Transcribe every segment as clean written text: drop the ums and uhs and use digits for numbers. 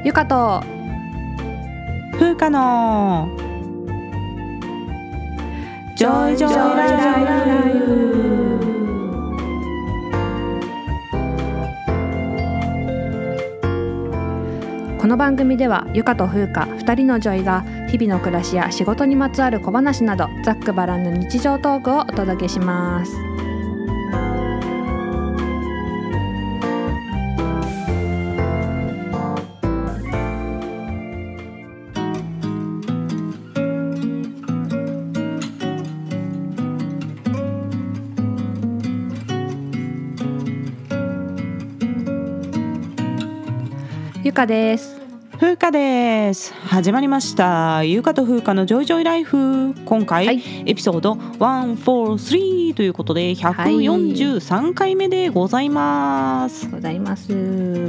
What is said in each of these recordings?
ゆかと風花のジョイジョイライフ。 この番組ではゆかと風花2人のジョイが日々の暮らしや仕事にまつわる小話などざっくばらんの日常トークをお届けします。ゆかです。 風花です。始まりましたゆかと風花のジョイジョイライフ。今回、はい、エピソード143ということで143回目でございます、 ございます。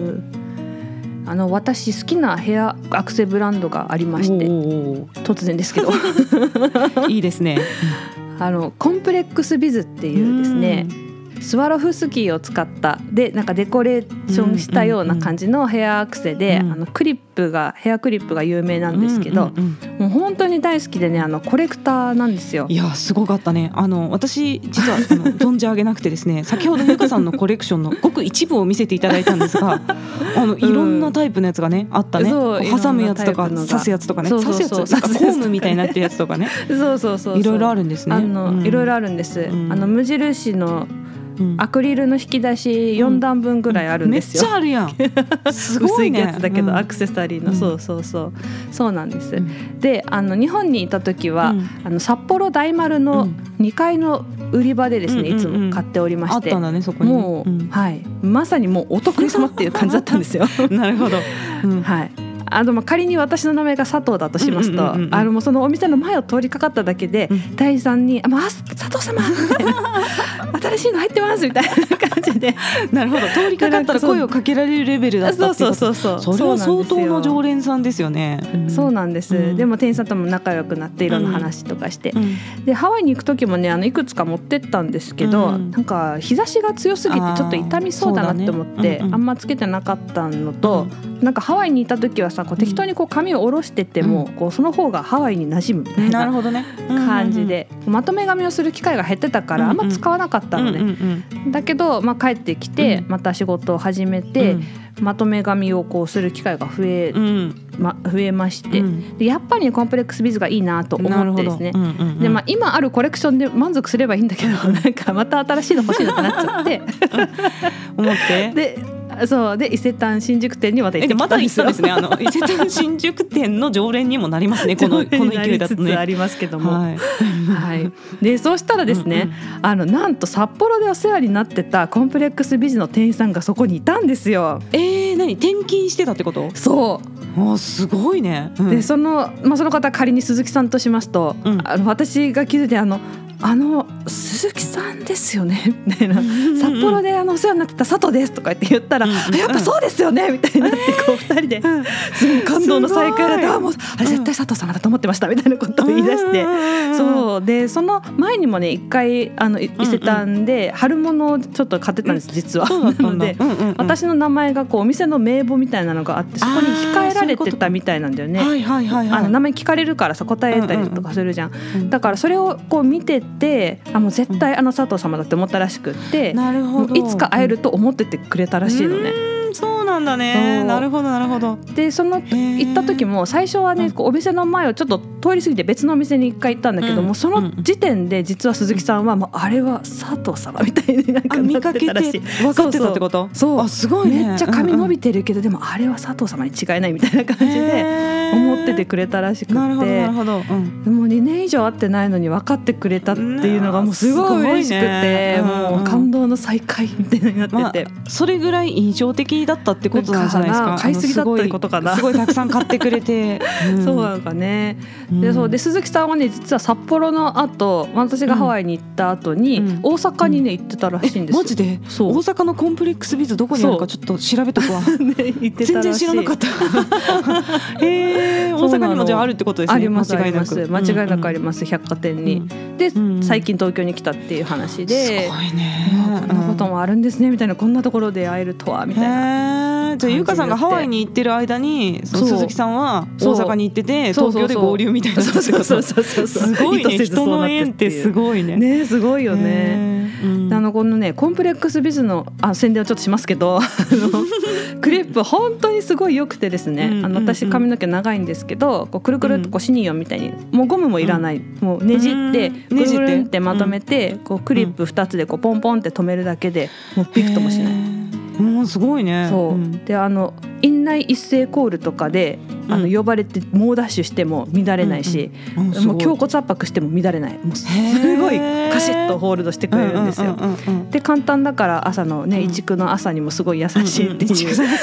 私好きなヘアアクセブランドがありまして、突然ですけどいいですね。 コンプレックスビズっていうですね、スワロフスキーを使ったでなんかデコレーションしたような感じのヘアアクセで、ヘアクリップが有名なんですけど、もう本当に大好きでね、コレクターなんですよ。 いやすごかったね。私実は存じ上げなくてですね先ほどゆかさんのコレクションのごく一部を見せていただいたんですがいろんなタイプのやつがねあったね。挟むやつとか刺すやつとかね、刺すやつなんかコームみたいになってるやつとかねそういろいろあるんですね。 いろいろあるんです。無印のアクリルの引き出し4段分ぐらいあるんですよ、 めっちゃあるやんすごいね。 薄いやつだけど、アクセサリーの、そうなんです、で日本にいた時は、札幌大丸の2階の売り場でですね、いつも買っておりまして、 あったんだねそこに。 もう、はい、まさにもうお得意様っていう感じだったんですよなるほど、 はい。仮に私の名前が佐藤だとしますと、もうそのお店の前を通りかかっただけで、店員さんに佐藤様みたいな新しいの入ってますみたいな感じでなるほど、通りかかったら声をかけられるレベルだったっていうこと。それは相当の常連さんですよね。 そうなんです、でも店員さんとも仲良くなっていろんな話とかして、でハワイに行く時もねいくつか持ってったんですけど、なんか日差しが強すぎてちょっと痛みそうだなって思って、あんまつけてなかったのと、なんかハワイにいた時はさ、適当に髪を下ろしてても、その方がハワイに馴染むみたいな感じで、まとめ髪をする機会が減ってたからあんま使わなかったのね、だけど、帰ってきてまた仕事を始めて、まとめ髪をする機会が増えまして、でやっぱりコンプレックスビズがいいなと思ってですね、で今あるコレクションで満足すればいいんだけど、なんかまた新しいの欲しいなってなっちゃって思ってで伊勢丹新宿店にまた行ってきたんですよ。 また行ったんですね。伊勢丹新宿店の常連にもなりますねこの勢いだとね。 ありますけども、はいでそうしたらですね、なんと札幌でお世話になってたコンプレックスビズの店員さんがそこにいたんですよ。 何転勤してたってこと？ そうすごいね、 でその方仮に鈴木さんとしますと、私が気づいて鈴木さんですよねみたいな、札幌でお世話になってた佐藤ですとかって言ったら、やっぱそうですよねみたいになって2人ですごい感動の再会で、もうあれ絶対佐藤様だと思ってましたみたいなことを言い出して、そうでその前にもね一回伊勢丹で春物をちょっと買ってたんです実は。なので、私の名前がお店の名簿みたいなのがあって、そこに控えられてたみたいなんだよね。名前聞かれるからさ答えたりとかするじゃん、だからそれを見てて、もう絶対佐藤様だって思ったらしくって、 なるほど、 いつか会えると思っててくれたらしいのね。 そうなんだね。なるほど。 で行った時も最初はね、お店の前をちょっと通り過ぎて別のお店に一回行ったんだけども、その時点で実は鈴木さんはもうあれは佐藤様みたいになんか見かけて分かってたってこと？ そうすごいね。 めっちゃ髪伸びてるけど、でもあれは佐藤様に違いないみたいな感じで思っててくれたらしくって、 なるほど、 もう2年以上会ってないのに分かってくれたっていうのがもうすごい嬉しくて、もう感動の再会みたいになってて、 それぐらい印象的だったってことなんじゃないですか。 買いすぎだったってことかな。 すごいたくさん買ってくれてそうなんかね。で鈴木さんはね、実は札幌の後、私がハワイに行った後に大阪にね行ってたらしいんですよ。 マジで？そう、大阪のコンプレックスビズどこにあるかちょっと調べとくわ全然知らなかった大阪にもじゃああるってことですね。 あります間違いなくあります、百貨店に。で最近東京に来たっていう話で、 すごいね。 こんなことこともあるんですねみたいな、こんなところで会えるとはみたいな。 じゃあ優香さんがハワイに行ってる間に鈴木さんは大阪に行ってて東京で合流みたいな。すごいね、人の縁ってすごいね。 ね、すごいよね。このねコンプレックスビズの宣伝をちょっとしますけどクリップ本当にすごい良くてですね、私髪の毛長いんですけど、こうくるくるっとこうシニヨンみたいにもうゴムもいらない、もうねじってくるくるってまとめて、こうクリップ2つでこうポンポンって留めるだけでもうビクともしない。 すごいね。 そうで院内一斉コールとかで呼ばれて猛ダッシュしても乱れないし、もう胸骨圧迫しても乱れない。もうすごいカシッとホールドしてくれるんですよ。で簡単だから朝のね、移築の朝にもすごい優しいって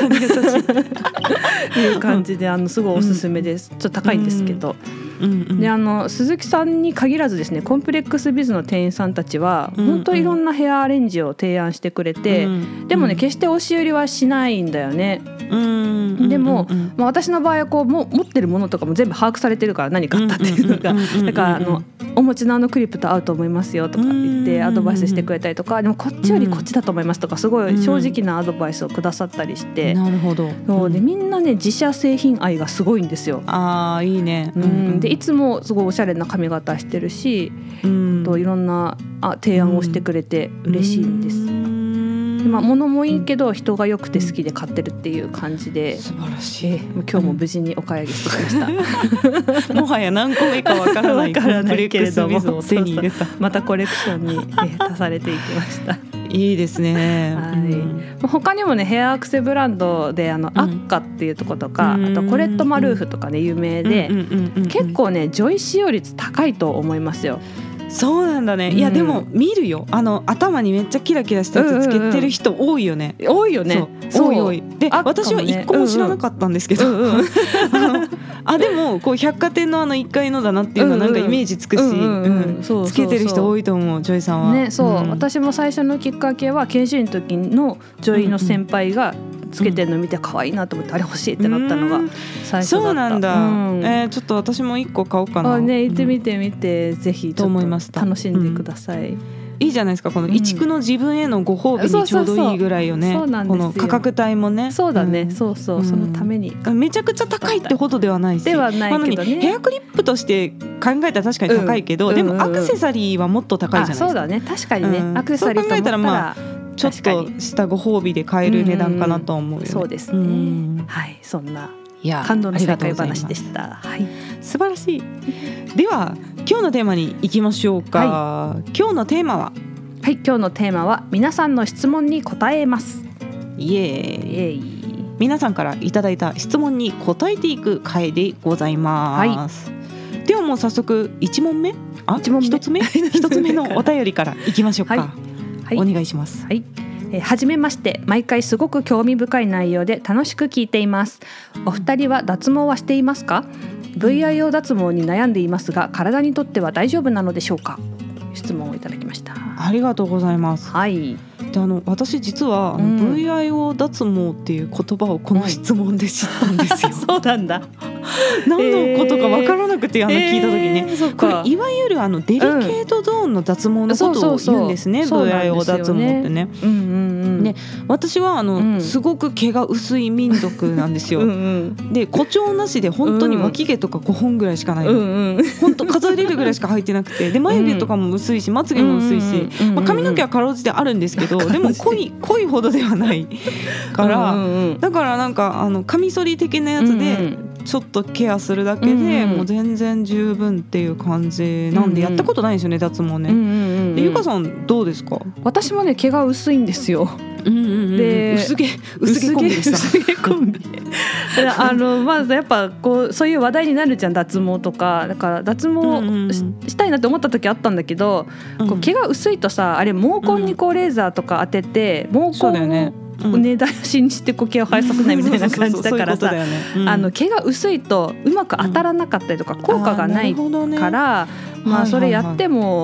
いう感じですごいおすすめです。ちょっと高いんですけど、で鈴木さんに限らずですね、コンプレックスビズの店員さんたちは本当いろんなヘアアレンジを提案してくれて、でもね決して押し売りはしないんだよね。でも、私の場合はこう持ってるものとかも全部把握されてるから、何買ったっていうのが、だからお持ちのクリップと合うと思いますよとか言ってアドバイスしてくれたりとか、でもこっちよりこっちだと思いますとか、すごい正直なアドバイスをくださったりして、 なるほど。 そうでみんなね自社製品愛がすごいんですよ。 いいね。 でいつもすごいおしゃれな髪型してるし、といろんな提案をしてくれて嬉しいんです。物もいいけど人が良くて好きで買ってるっていう感じで、 素晴らしい。 今日も無事にお買い上げしてきました。もはや何個目かわからないコンプレックスビズを手に入れた。 またコレクションに足されていきました。 いいですね。 他にもねヘアアクセブランドでアッカっていうとことか、あとコレットマルーフとかね有名で、結構ねジョイ使用率高いと思いますよ。 そうなんだね。いやでも見るよ、頭にめっちゃキラキラしたやつつけてる人多いよね。 多いよね。 多いで、私は一個も知らなかったんですけど、でもこう百貨店の1階のだなっていうのはなんかイメージつくし、つけてる人多いと思う。ジョイさんはね。私も最初のきっかけは研修医の時のジョイの先輩がつけてるの見て可愛いなと思って、あれ欲しいってなったのが最初だった。そうなんだ。 ちょっと私も1個買おうかな。 行ってみてみて、ぜひちょっと楽しんでください。 いいじゃないですか、この移築の自分へのご褒美にちょうどいいぐらいよね。この価格帯もね。 そうだね、そのためにめちゃくちゃ高いってほどではないし、 ではないけどね。 ヘアクリップとして考えたら確かに高いけど、でもアクセサリーはもっと高いじゃないですか。 そうだね、確かにね、アクセサリーと思ったらちょっとしたご褒美で買える値段かなと思うよね。 そうですね。はい、そんな感動の再会話でした。はい、 素晴らしい。では今日のテーマに行きましょうか。今日のテーマは、 今日のテーマは皆さんの質問に答えます。 イエーイ。皆さんからいただいた質問に答えていく回でございます。ではもう早速1問目1つ目のお便りからいきましょうか。お願いします。 はじめまして。毎回すごく興味深い内容で楽しく聞いています。お二人は脱毛はしていますか？ VIO 脱毛に悩んでいますが、体にとっては大丈夫なのでしょうか？質問をいただきました。 ありがとうございます。で私実はVIO 脱毛っていう言葉をこの質問で知ったんですよ。 そうなんだ。 何のことか分からなくて聞いた時にね、これいわゆるデリケートゾーンの脱毛のことを言うんですね。VIO 脱毛ってね。で私はすごく毛が薄い民族なんですよ。で誇張なしで本当に脇毛とか5本ぐらいしかないの。本当数えれるぐらいしか入ってなくて、で眉毛とかも薄いしまつ毛も薄いし、髪の毛はかろうじてあるんですけど、でも濃いほどではないから、だからなんかカミソリ的なやつでちょっとケアするだけでもう全然十分っていう感じなんで、やったことないんですよね、脱毛ね。でゆかさんどうですか？ 私もね毛が薄いんですよ。 で薄毛コンビでした。 薄毛コンビまずやっぱそういう話題になるじゃん、脱毛とか。だから脱毛したいなって思った時あったんだけど、毛が薄いとさ、あれ毛根にレーザーとか当てて毛根を根絶やしにして毛を生えさせないみたいな感じだからさ、毛が薄いとうまく当たらなかったりとか効果がないから、それやっても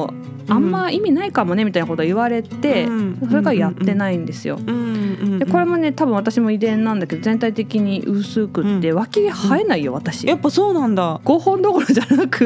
あんま意味ないかもねみたいなことを言われて、それからやってないんですよ。でこれもね多分私も遺伝なんだけど全体的に薄くって脇毛生えないよ私。 やっぱそうなんだ。 5本どころじゃなく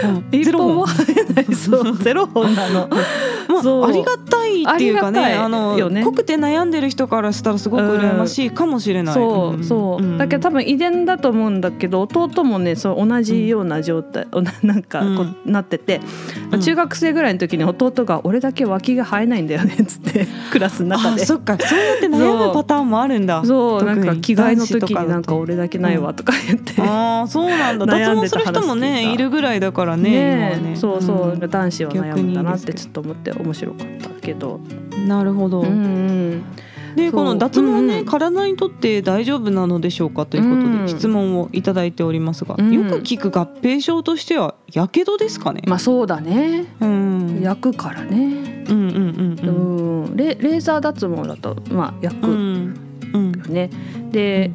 1本も生えない。そう0本なの。 ありがたいっていうかね、濃くて悩んでる人からしたらすごく羨ましいかもしれない。 そうだけど多分遺伝だと思うんだけど、弟もねそう同じような状態なんかこうなってて、中学生ぐらいの時に弟が俺だけ脇が生えないんだよねっつってクラスの中で。 そっか、そうやって悩むパターンもあるんだ。 そうなんか着替えの時になんか俺だけないわとか言って、 そうなんだ。脱毛する人もねいるぐらいだからね。 そうそう、男子は悩むんだなってちょっと思って面白かったけど。 なるほど。でこの脱毛ね、体にとって大丈夫なのでしょうかということで質問をいただいておりますが、よく聞く合併症としてはやけどですかね。 まあそうだね、焼くからね。レーザー脱毛だとまあ焼くよね。で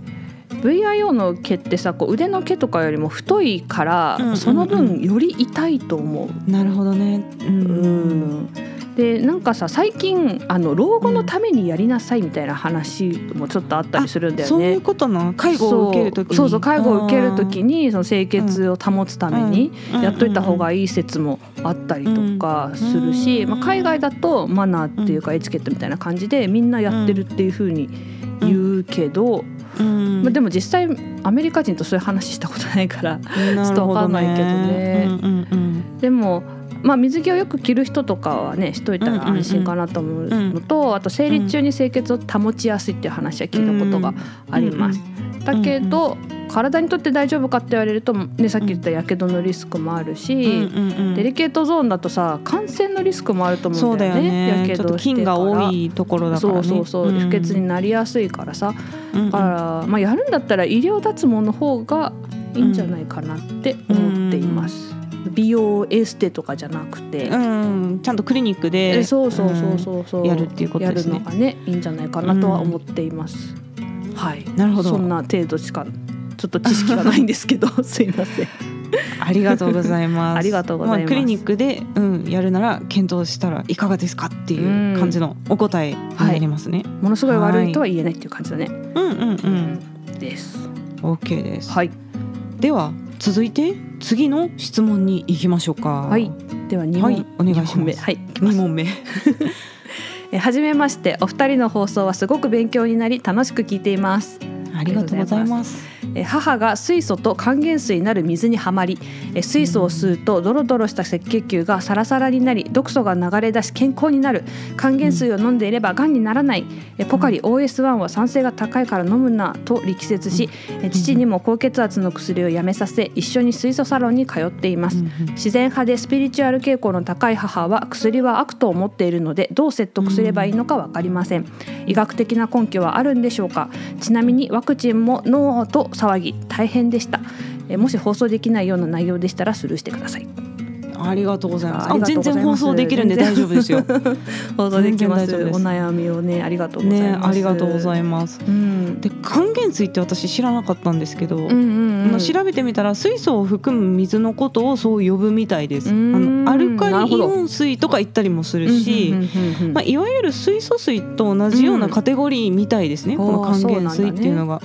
VIO の毛ってさ、こう腕の毛とかよりも太いから、その分より痛いと思う。 なるほどね。 でなんかさ最近老後のためにやりなさいみたいな話もちょっとあったりするんだよね。 そういうことな。介護を受けるときに。 そう介護を受けるときにその清潔を保つためにやっといた方がいい説もあったりとかするし、海外だとマナーっていうかエチケットみたいな感じでみんなやってるっていう風に言うけど、でも実際アメリカ人とそういう話したことないからちょっと分かんないけどね。でも水着をよく着る人とかはねしといたら安心かなと思うのと、あと生理中に清潔を保ちやすいっていう話は聞いたことがあります。だけど体にとって大丈夫かって言われると、ね、さっき言ったやけどのリスクもあるし、デリケートゾーンだとさ感染のリスクもあると思うんだよね。やけどしてからちょっと菌が多いところだからね。 そう不潔になりやすいからさ、だからやるんだったら医療脱毛の方がいいんじゃないかなって思っています。美容エステとかじゃなくて、ちゃんとクリニックでやるっていうことですね。 やるのがねいいんじゃないかなとは思っています。はい、 なるほど。 そんな程度しかちょっと知識がないんですけどすいません。 ありがとうございます。 ありがとうございます。 クリニックで、やるなら検討したらいかがですかっていう感じのお答えになりますね。 ものすごい悪いとは言えないっていう感じだね。です。 OK です。 はい。 では続いて次の質問に行きましょうか。 はい。では2問、 お願いします。 はい、 2問目はじめまして。お二人の放送はすごく勉強になり楽しく聞いています。 ありがとうございます。 母が水素と還元水になる水にはまり、水素を吸うとドロドロした赤血球がサラサラになり毒素が流れ出し健康になる。還元水を飲んでいればがんにならない。ポカリ OS1 は酸性が高いから飲むなと力説し、父にも高血圧の薬をやめさせ一緒に水素サロンに通っています。自然派でスピリチュアル傾向の高い母は薬は悪と思っているのでどう説得すればいいのか分かりません。医学的な根拠はあるんでしょうか。ちなみにワクチンもノーと騒ぎ大変でした。もし放送できないような内容でしたらスルーしてください。 ありがとうございます。全然放送できるんで大丈夫ですよ。 放送できます。お悩みをねありがとうございます。 ありがとうございます。で還元水って私知らなかったんですけど、調べてみたら水素を含む水のことをそう呼ぶみたいです。アルカリイオン水とか言ったりもするし、いわゆる水素水と同じようなカテゴリーみたいですね。この還元水っていうのが。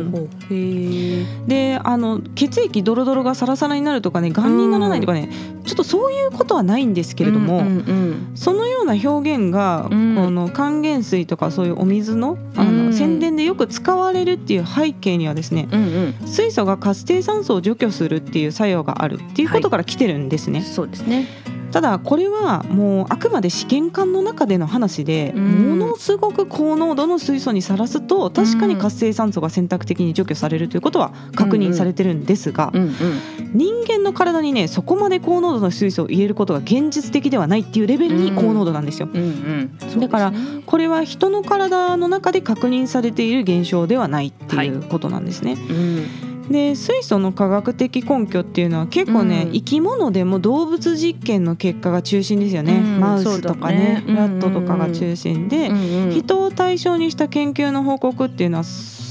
で血液ドロドロがサラサラになるとかね、がんにならないとかね、ちょっとそういうことはないんですけれども、そのような表現が、この還元水とかそういうお水の、宣伝でよく使われるっていう背景にはですね、水素が活性酸素を除去するっていう作用があるっていうことから来てるんですね。 そうですね。 ただこれはもうあくまで試験管の中での話で、ものすごく高濃度の水素にさらすと確かに活性酸素が選択的に除去されるということは確認されてるんですが、人間の体にねそこまで高濃度の水素を入れることが現実的ではないっていうレベルに高濃度なんですよ。だからこれは人の体の中で確認されている現象ではないっていうことなんですね。で水素の科学的根拠っていうのは結構ね、生き物でも動物実験の結果が中心ですよね。マウスとかね、ラットとかが中心で、人を対象にした研究の報告っていうのは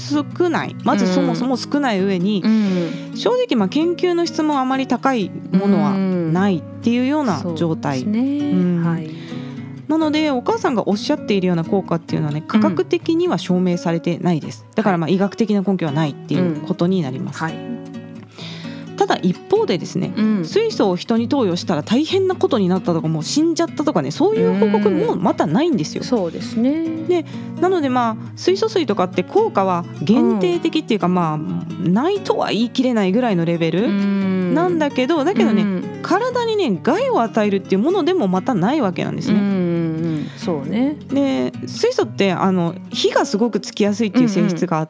少ない、まずそもそも少ない上に、正直研究の質もあまり高いものはないっていうような状態、はい、なのでお母さんがおっしゃっているような効果っていうのはね、科学的には証明されてないです。だから医学的な根拠はないっていうことになります、はい。ただ一方でですね、水素を人に投与したら大変なことになったとか、もう死んじゃったとかね、そういう報告もまたないんですよ。 そうですね。 でなので水素水とかって効果は限定的っていうか、ないとは言い切れないぐらいのレベルなんだけど、ね、体にね害を与えるっていうものでもまたないわけなんですね。 そうね。で水素って火がすごくつきやすいっていう性質があって、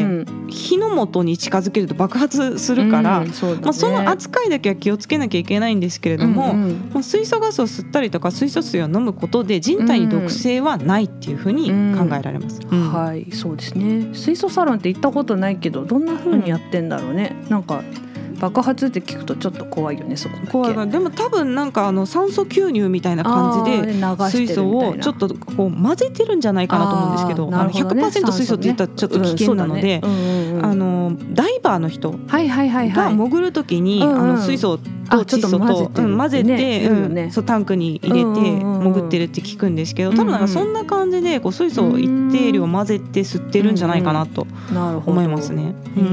火の元に近づけると爆発するから、その扱いだけは気をつけなきゃいけないんですけれども、水素ガスを吸ったりとか水素水を飲むことで人体に毒性はないっていうふうに考えられます。 はい、そうですね。水素サロンって行ったことないけど、どんなふうにやってんだろうね。なんか爆発って聞くとちょっと怖いよね。そこだけ怖いが、でも多分酸素吸入みたいな感じで水素をちょっと混ぜてるんじゃないかなと思うんですけど、100% 水素って言ったらちょっと危険なので、ダイバーの人が潜る時に水素と窒素と混ぜてタンクに入れて潜ってるって聞くんですけど、多分そんな感じで水素を一定量混ぜて吸ってるんじゃないかなと思いますね。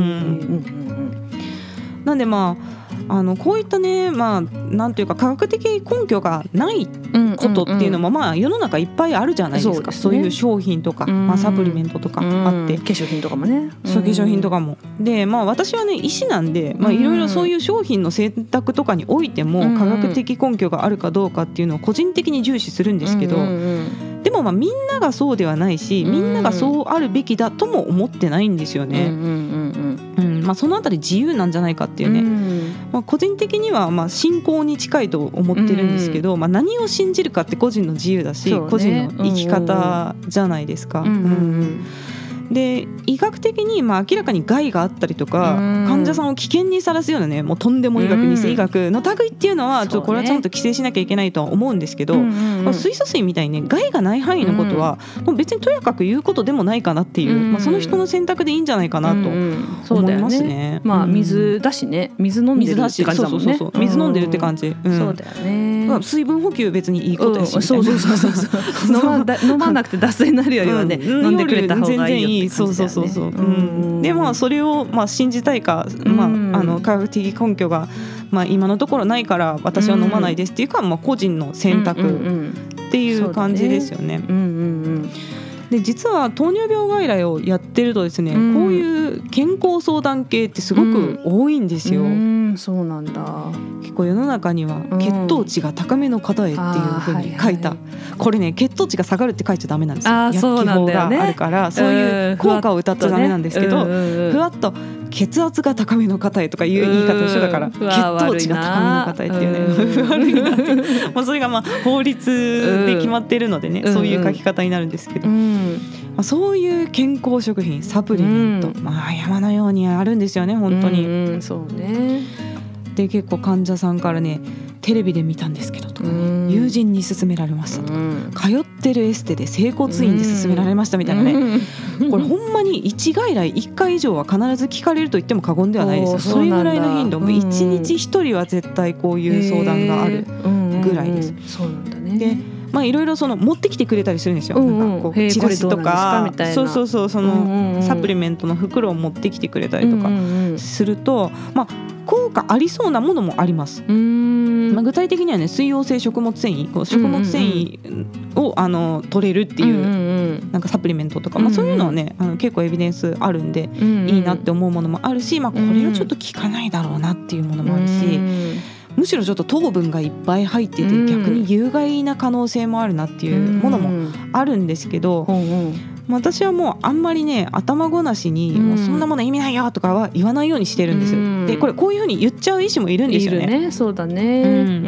なんでこういったね、なんというか科学的根拠がないことっていうのも世の中いっぱいあるじゃないですか。そういう商品とか、サプリメントとかあって、 化粧品とかもね。 そう、化粧品とかもで、私はね医師なんで、いろいろそういう商品の選択とかにおいても科学的根拠があるかどうかっていうのを個人的に重視するんですけど、でもみんながそうではないし、みんながそうあるべきだとも思ってないんですよね。そのあたり自由なんじゃないかっていうね、個人的には信仰に近いと思ってるんですけど、何を信じるかって個人の自由だし、個人の生き方じゃないですか。で医学的に明らかに害があったりとか、患者さんを危険にさらすようなね、もうとんでも医学、偽医学の類っていうのはこれはちゃんと規制しなきゃいけないとは思うんですけど、水素水みたいにね害がない範囲のことはもう別にとやかく言うことでもないかなっていう、その人の選択でいいんじゃないかなと思いますね。 水だしね、水飲んでるって感じだもんね。 水飲んでるって感じ。 そうだよね。 水分補給別にいいことやし、 そう飲まなくて脱水になるよりはね、飲んでくれた方がいいよって感じだよね。 でそれを信じたいか、科学的根拠が今のところないから私は飲まないですっていうか、個人の選択っていう感じですよね。で実は糖尿病外来をやってるとですね、こういう健康相談系ってすごく多いんですよ。 そうなんだ。 結構世の中には血糖値が高めの方へっていうふうに書いた、これね血糖値が下がるって書いちゃダメなんですよ。薬機法があるから、そういう効果を謳っちゃダメなんですけど、ふわっと血圧が高めの方へとかいう言い方一緒だから、血糖値が高めの方へっていうね、悪いなってそれが法律で決まっているのでね、そういう書き方になるんですけど、そういう健康食品サプリメント、山のようにあるんですよね本当に。 そうね。 で結構患者さんからね、テレビで見たんですけどとかね、友人に勧められましたとか、通ってるエステで整骨院で勧められましたみたいなね、これほんまに1外来1回以上は必ず聞かれると言っても過言ではないですよ。それぐらいの頻度、もう1日1人は絶対こういう相談があるぐらいです。 そうなんだね。 でいろいろ持ってきてくれたりするんですよ。なんかこうチラシとか、そうそのサプリメントの袋を持ってきてくれたりとかすると、効果ありそうなものもあります。具体的にはね、水溶性食物繊維、食物繊維を取れるっていうなんかサプリメントとか、そういうのはね結構エビデンスあるんでいいなって思うものもあるし、これはちょっと効かないだろうなっていうものもあるし、むしろちょっと糖分がいっぱい入ってて逆に有害な可能性もあるなっていうものもあるんですけど、私はもうあんまりね頭ごなしにもうそんなもの意味ないよとかは言わないようにしてるんですよ。でこういうふうに言っちゃう医師もいるんですよね。 そうだね。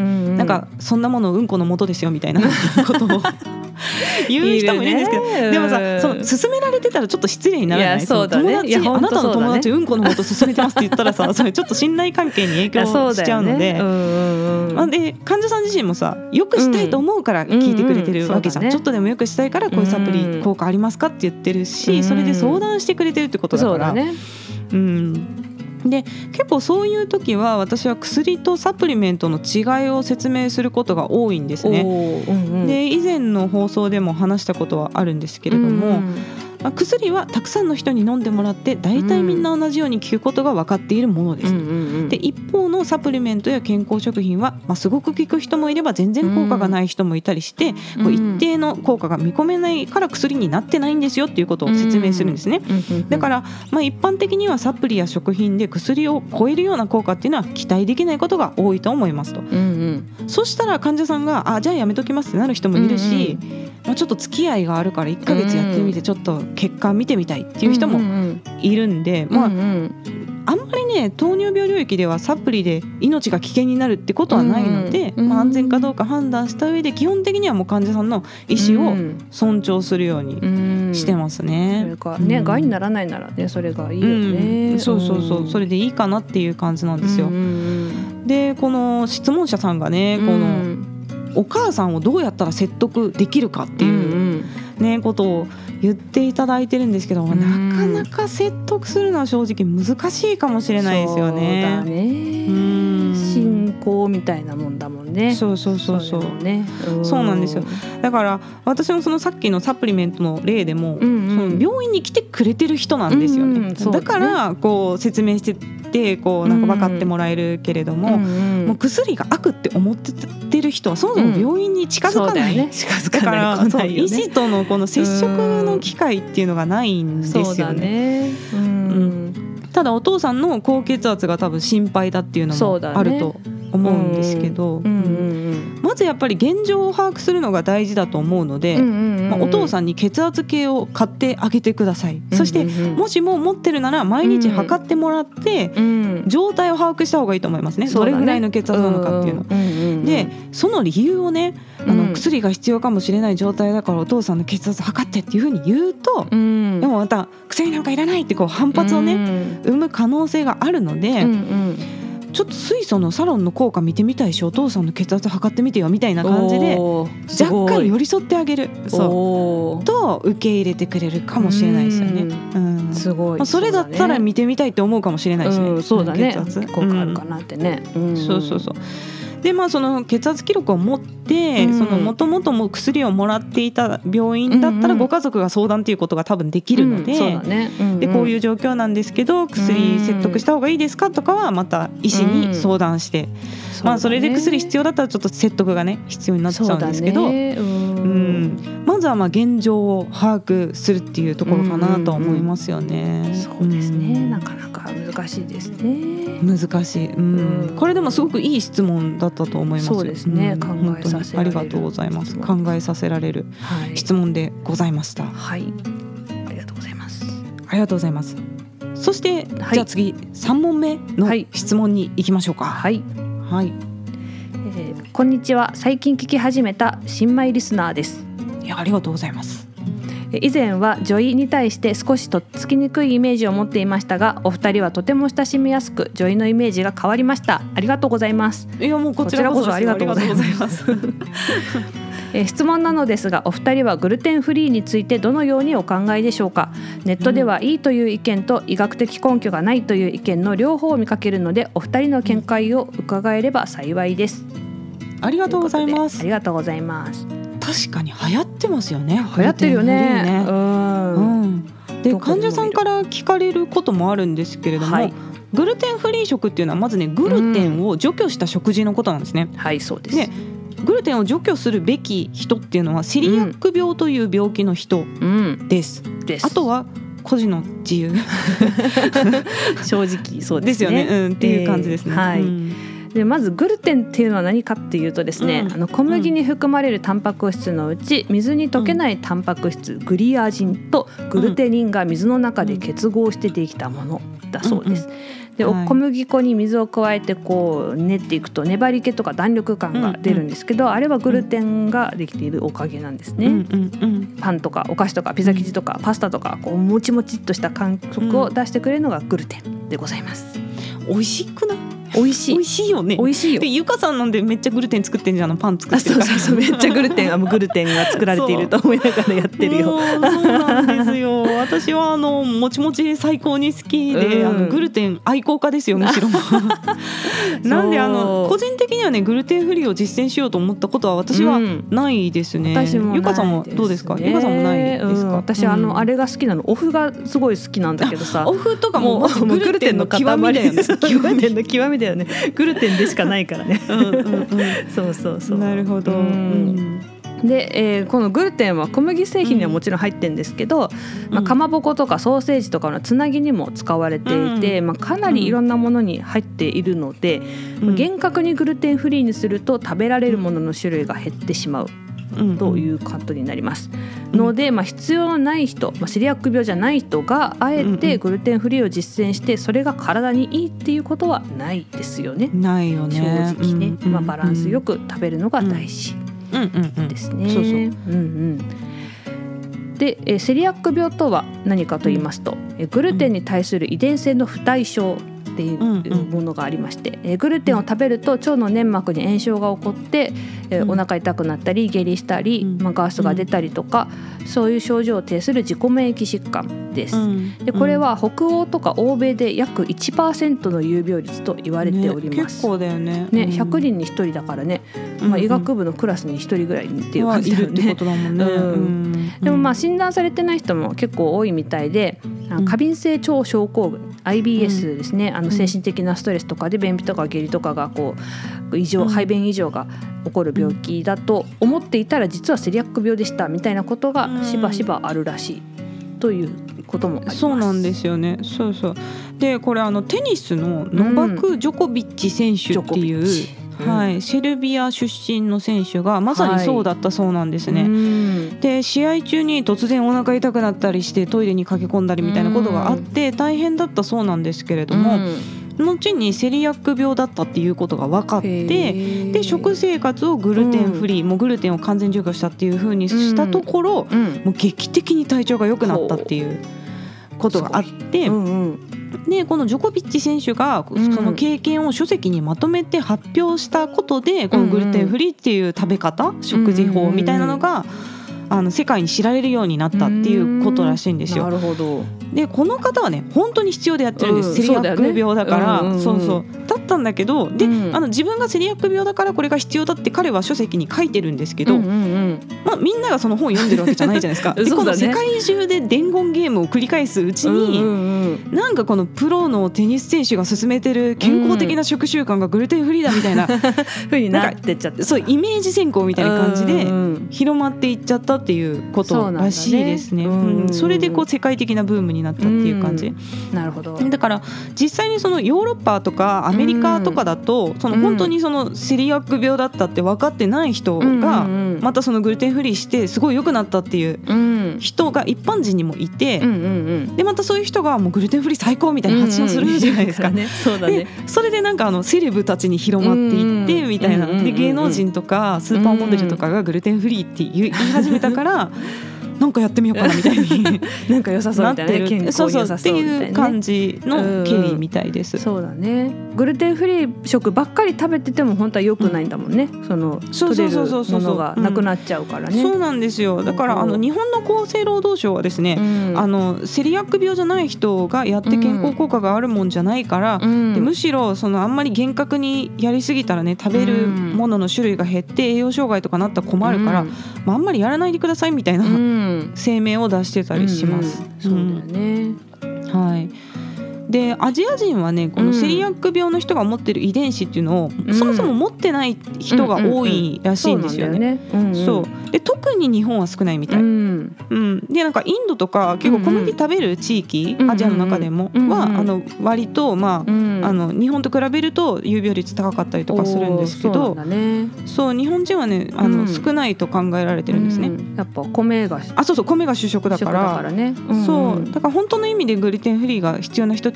なんかそんなものうんこの元ですよみたいなことを言う人もいるんですけど、でもさ、その勧められてたらちょっと失礼にならない？そうだね、友達、あなたの友達うんこの元勧めてますって言ったらさ、それちょっと信頼関係に影響しちゃうので、で患者さん自身もさ、よくしたいと思うから聞いてくれてるわけじゃん、ちょっとでもよくしたいからこういうサプリ効果ありますかって言ってるし、それで相談してくれてるってことだから、で結構そういう時は私は薬とサプリメントの違いを説明することが多いんですね。で以前の放送でも話したことはあるんですけれども、薬はたくさんの人に飲んでもらって大体みんな同じように効くことが分かっているものです、で一方のサプリメントや健康食品は、すごく効く人もいれば全然効果がない人もいたりして、こう一定の効果が見込めないから薬になってないんですよっていうことを説明するんですね。だから、一般的にはサプリや食品で薬を超えるような効果っていうのは期待できないことが多いと思いますと、そしたら患者さんがじゃあやめときますってなる人もいるし、ちょっと付き合いがあるから1ヶ月やってみてちょっと結果見てみたいっていう人もいるんで、あんまりね糖尿病領域ではサプリで命が危険になるってことはないので、安全かどうか判断した上で基本的にはもう患者さんの意思を尊重するようにしてますね。 それかね、害にならないならねそれがいいよね、 そうそれでいいかなっていう感じなんですよ。でこの質問者さんがね、このお母さんをどうやったら説得できるかっていうね、ことを言っていただいてるんですけど、なかなか説得するのは正直難しいかもしれないですよね。 そうだね、信仰みたいなもんだもんね。そうなんですよ。だから私もそのさっきのサプリメントの例でも、その病院に来てくれてる人なんですよね、だからこう説明してってこうなんか分かってもらえるけれども、もう薬が悪って思ってる人はそもそも病院に近づかない、だから医師とのこの接触の機会っていうのがないんですよね。ただお父さんの高血圧が多分心配だっていうのもあると思うんですけど、まずやっぱり現状を把握するのが大事だと思うので、お父さんに血圧計を買ってあげてください。そしてもしも持ってるなら毎日測ってもらって状態を把握した方がいいと思いますね。どれぐらいの血圧なのかっていうので、その理由をね、薬が必要かもしれない状態だからお父さんの血圧測ってっていうふうに言うと、でもまた薬なんかいらないってこう反発をね、生む可能性があるので、ちょっと水素のサロンの効果見てみたいしお父さんの血圧測ってみてよみたいな感じで若干寄り添ってあげると受け入れてくれるかもしれないですよね。すごい、それだったら見てみたいって思うかもしれないしね。そうだね、血圧効果あるかなってね。でその血圧記録を持ってもともとも薬をもらっていた病院だったらご家族が相談っていうことが多分できるので、でこういう状況なんですけど薬説得した方がいいですかとかはまた医師に相談して、それで薬必要だったらちょっと説得がね必要になっちゃうんですけど、まずは現状を把握するっていうところかなと思いますよね。 そうですね、なかなか難しいですね。 難しい、これでもすごくいい質問だったと思いますよ。 そうですね、考えさせられる、 ありがとうございます。考えさせられる質問でございました。 はい、ありがとうございます。 ありがとうございます。そして、じゃあ次3問目の質問に行きましょうか。 こんにちは、最近聞き始めた新米リスナーです。 ありがとうございます。 以前は女医に対して少しとっつきにくいイメージを持っていましたが、お二人はとても親しみやすく女医のイメージが変わりました。ありがとうございます。 いやもうこちらこそありがとうございます。 質問なのですが、お二人はグルテンフリーについてどのようにお考えでしょうか。ネットではいいという意見と医学的根拠がないという意見の両方を見かけるので、お二人の見解を伺えれば幸いです。 ありがとうございます。 ありがとうございます。 確かに流行ってますよね。 流行ってるよね。 で患者さんから聞かれることもあるんですけれども、グルテンフリー食っていうのはまずね、グルテンを除去した食事のことなんですね。 そうです。 でグルテンを除去するべき人っていうのはセリアック病という病気の人です。あとは個人の自由正直そうですよね、っていう感じですね。 でまずグルテンっていうのは何かっていうとですね、小麦に含まれるタンパク質のうち水に溶けないタンパク質、グリアジンとグルテニンが水の中で結合してできたものだそうです。 で小麦粉に水を加えてこう練っていくと粘り気とか弾力感が出るんですけど、あれはグルテンができているおかげなんですね。パンとかお菓子とかピザ生地とかパスタとかこうもちもちっとした感触を出してくれるのがグルテンでございます。 美味しくない？ 美味しい。 美味しいよね。 美味しいよ。 でゆかさんなんでめっちゃグルテン作ってんじゃん、パン作ってるから。 そうめっちゃグルテングルテンが作られていると思いながらやってるよ。 そうなんですよ。私はもちもち最高に好きで、グルテン愛好家ですよ、むしろ。なんで個人的にはねグルテンフリーを実践しようと思ったことは私はないですね。 私もないですね。 ゆかさんもどうですか？ゆかさんもないですか？ 私あれが好きなの、お麩がすごい好きなんだけどさ、 お麩とかもグルテンの極みだよね。 グルテンの極みだよね。グルテンでしかないからね。そうなるほど。 でこのグルテンは小麦製品にはもちろん入ってるんですけど、かまぼことかソーセージとかのつなぎにも使われていて、かなりいろんなものに入っているので、厳格にグルテンフリーにすると食べられるものの種類が減ってしまうということになりますので、必要のない人、セリアック病じゃない人があえてグルテンフリーを実践してそれが体にいいっていうことはないですよね。 ないよね。 正直ね、バランスよく食べるのが大事ですね。でセリアック病とは何かと言いますと、グルテンに対する遺伝性の不対症っていうものがありまして、グルテンを食べると腸の粘膜に炎症が起こって、お腹痛くなったり下痢したり、ガスが出たりとか、そういう症状を呈する自己免疫疾患です。でこれは北欧とか欧米で約 1% の有病率と言われております。 結構だよね。 100人に1人だからね、医学部のクラスに1人ぐらいっていう感じだよね。 いるってことだもんね。 でも診断されてない人も結構多いみたいで、過敏性腸症候群 IBS ですね、精神的なストレスとかで便秘とか下痢とかがこう排便異常が起こる病気だと思っていたら実はセリアック病でしたみたいなことがしばしばあるらしいということもあります。 そうなんですよね。そうでこれテニスのノバク・ジョコビッチ選手っていう、セルビア出身の選手がまさにそうだったそうなんですね。で試合中に突然お腹痛くなったりしてトイレに駆け込んだりみたいなことがあって大変だったそうなんですけれども、後にセリアック病だったっていうことが分かって、で食生活をグルテンフリー、もうグルテンを完全除去したっていう風にしたところ、もう劇的に体調が良くなったっていうことがあって、でこのジョコビッチ選手がその経験を書籍にまとめて発表したことで、このグルテンフリーっていう食べ方、食事法みたいなのが世界に知られるようになったっていうことらしいんですよ。 なるほど。 でこの方はね本当に必要でやってるんです、セリアック病だから、だったんだけど、で自分がセリアック病だからこれが必要だって彼は書籍に書いてるんですけど、みんながその本を読んでるわけじゃないじゃないですか。でこの世界中で伝言ゲームを繰り返すうちに、なんかこのプロのテニス選手が勧めてる健康的な食習慣がグルテンフリーだみたいな風になってっちゃって、 そうイメージ先行みたいな感じで広まっていっちゃったっていうことらしいですね。それでこう世界的なブームになったっていう感じ。 なるほど。 だから実際にそのヨーロッパとかアメリカとかだと、その本当にそのセリアック病だったって分かってない人がまたそのグルテンフリーしてすごい良くなったっていう人が一般人にもいて、でまたそういう人がもうグルテンフリー最高みたいな発信をするじゃないですか。 そうだね。 でそれでなんかセレブたちに広まっていってみたいな、で芸能人とかスーパーモデルとかがグルテンフリーって言い始めたからなんかやってみようかなみたいになんか良さそうみたいな、健康に良さそうみたいな、 っていう感じの経緯みたいです。 そうだね。グルテンフリー食ばっかり食べてても本当は良くないんだもんね。その取れるものがなくなっちゃうからね。 そうなんですよ。だから日本の厚生労働省はですね、セリアック病じゃない人がやって健康効果があるもんじゃないから、でむしろそのあんまり厳格にやりすぎたらね、食べるものの種類が減って栄養障害とかなったら困るから、あんまりやらないでくださいみたいな声明を出してたりします。 そうだよね。 はい。でアジア人はねこのセリアック病の人が持ってる遺伝子っていうのを、そもそも持ってない人が多いらしいんですよね。そうで特に日本は少ないみたい。でなんかインドとか結構小麦食べる地域、アジアの中でもは割と日本と比べると有病率高かったりとかするんですけど、そう日本人はね少ないと考えられてるんですね。 やっぱ米が米が主食だから、そうだから本当の意味でグルテンフリーが必要な人って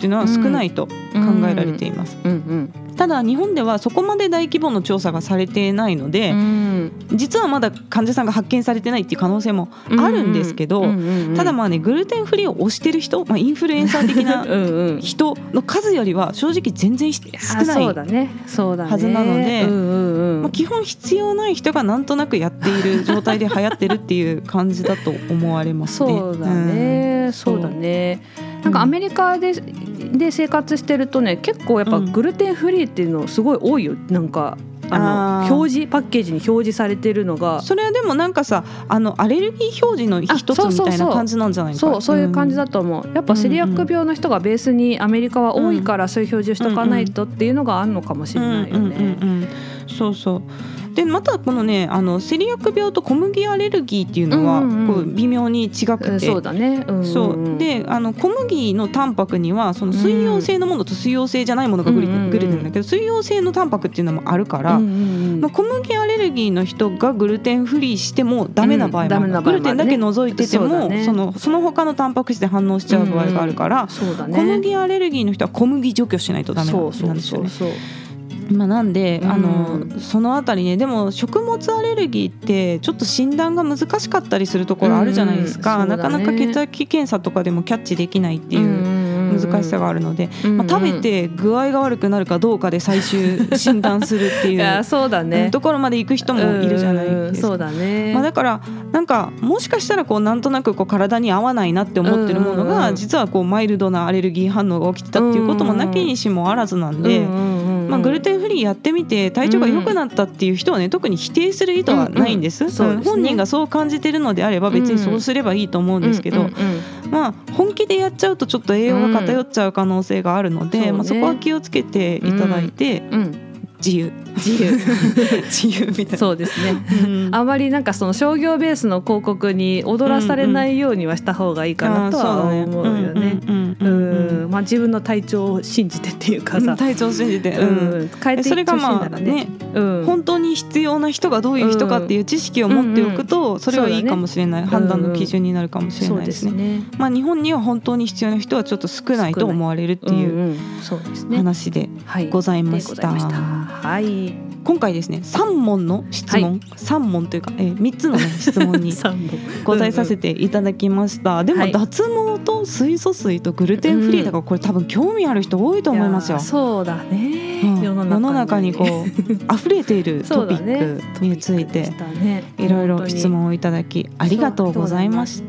っていうのは少ないと考えられています。ただ日本ではそこまで大規模の調査がされていないので、実はまだ患者さんが発見されてないっていう可能性もあるんですけど、ただまあねグルテンフリーを推してる人、インフルエンサー的な人の数よりは正直全然少ないはずなので、基本必要ない人がなんとなくやっている状態で流行ってるっていう感じだと思われますね。 そうだね、そうだね。なんかアメリカで生活してるとね、結構やっぱグルテンフリーっていうのすごい多いよ。なんか表示パッケージに表示されてるのが、 それはでもなんかさアレルギー表示の一つみたいな感じなんじゃないか。 そういう感じだと思う。やっぱセリアック病の人がベースにアメリカは多いから、そういう表示をしとかないとっていうのがあるのかもしれないよね。 そうそうでまたこのねセリアック病と小麦アレルギーっていうのはこう微妙に違くて、 そうだね、 そうで小麦のタンパクにはその水溶性のものと水溶性じゃないものがグルテンなんだけど、水溶性のタンパクっていうのもあるから、小麦アレルギーの人がグルテンフリーしてもダメな場合もある、グルテンだけ除いてても、その他のタンパク質で反応しちゃう場合があるから、小麦アレルギーの人は小麦除去しないとダメなんですよね。なんでそのあたりね、でも食物アレルギーってちょっと診断が難しかったりするところあるじゃないですか。なかなか血液検査とかでもキャッチできないっていう難しさがあるので、食べて具合が悪くなるかどうかで最終診断するっていうそうだね、 ところまで行く人もいるじゃないですか。 そうだね。 だからなんかもしかしたらなんとなく体に合わないなって思ってるものが、実はマイルドなアレルギー反応が起きてたっていうこともなきにしもあらずなんで、グルテンフリーやってみて体調が良くなったっていう人はね、特に否定する意図はないんです。本人がそう感じてるのであれば別にそうすればいいと思うんですけど、本気でやっちゃうとちょっと栄養が偏っちゃう可能性があるので、そこは気をつけていただいて、自由みたいな。 そうですね、あまりなんかその商業ベースの広告に踊らされないようにはした方がいいかなとは思うよね。自分の体調を信じてっていうかさ、 体調を信じて、 変えていってほしいならね。 それが本当に必要な人がどういう人かっていう知識を持っておくと、それはいいかもしれない、判断の基準になるかもしれないですね。日本には本当に必要な人はちょっと少ないと思われるっていう話でございました。今回ですね3問の質問、3問というか、3つの、質問に答えさせていただきました。でも脱毛と水素水とグルテンフリーだから、これ多分興味ある人多いと思いますよ。 そうだね、 世の中に溢れているトピックについていろいろ質問をいただきありがとうございました。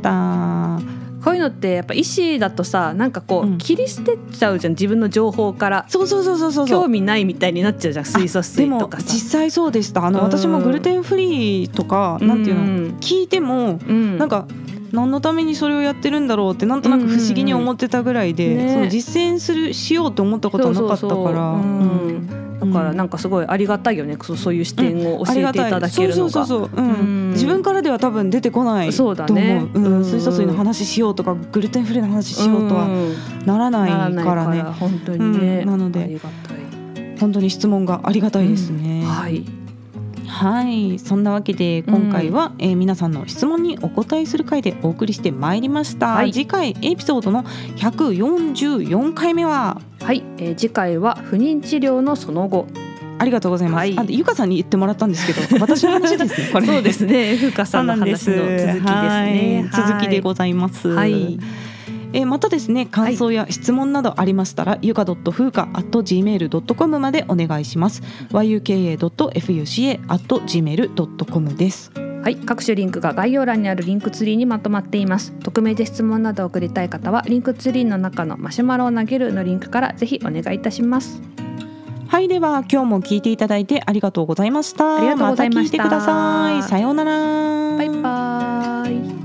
こういうのってやっぱ医師だとさ、なんか切り捨てちゃうじゃん、自分の情報から。 そう興味ないみたいになっちゃうじゃん、水素水とかさ。 でも実際そうでした。私もグルテンフリーとかなんていうの、聞いてもなんか何のためにそれをやってるんだろうってなんとなく不思議に思ってたぐらいで、その実践しようと思ったことはなかったから、 だからなんかすごいありがたいよね、そういう視点を教えていただけるのが。 自分からでは多分出てこないと思う。水素水の話しようとかグルテンフリーの話しようとはならないからね。 本当にね、 なので本当に質問がありがたいですね。はい、そんなわけで今回は、皆さんの質問にお答えする回でお送りしてまいりました。次回エピソードの144回目は、 次回は不妊治療のその後。 ありがとうございます。ゆかさんに言ってもらったんですけど、私の話ですね。これそうですね、ふうかさんの話の続きですね。 続きでございます。またですね、感想や質問などありましたら、yuka.fuka@gmail.com までお願いします。yuka.fuca@gmail.com です。 各種リンクが概要欄にあるリンクツリーにまとまっています。匿名で質問などを送りたい方はリンクツリーの中のマシュマロを投げるのリンクからぜひお願いいたします。 では今日も聞いていただいてありがとうございました。 ありがとうございました。 また聞いてください。さようなら。 バイバイ。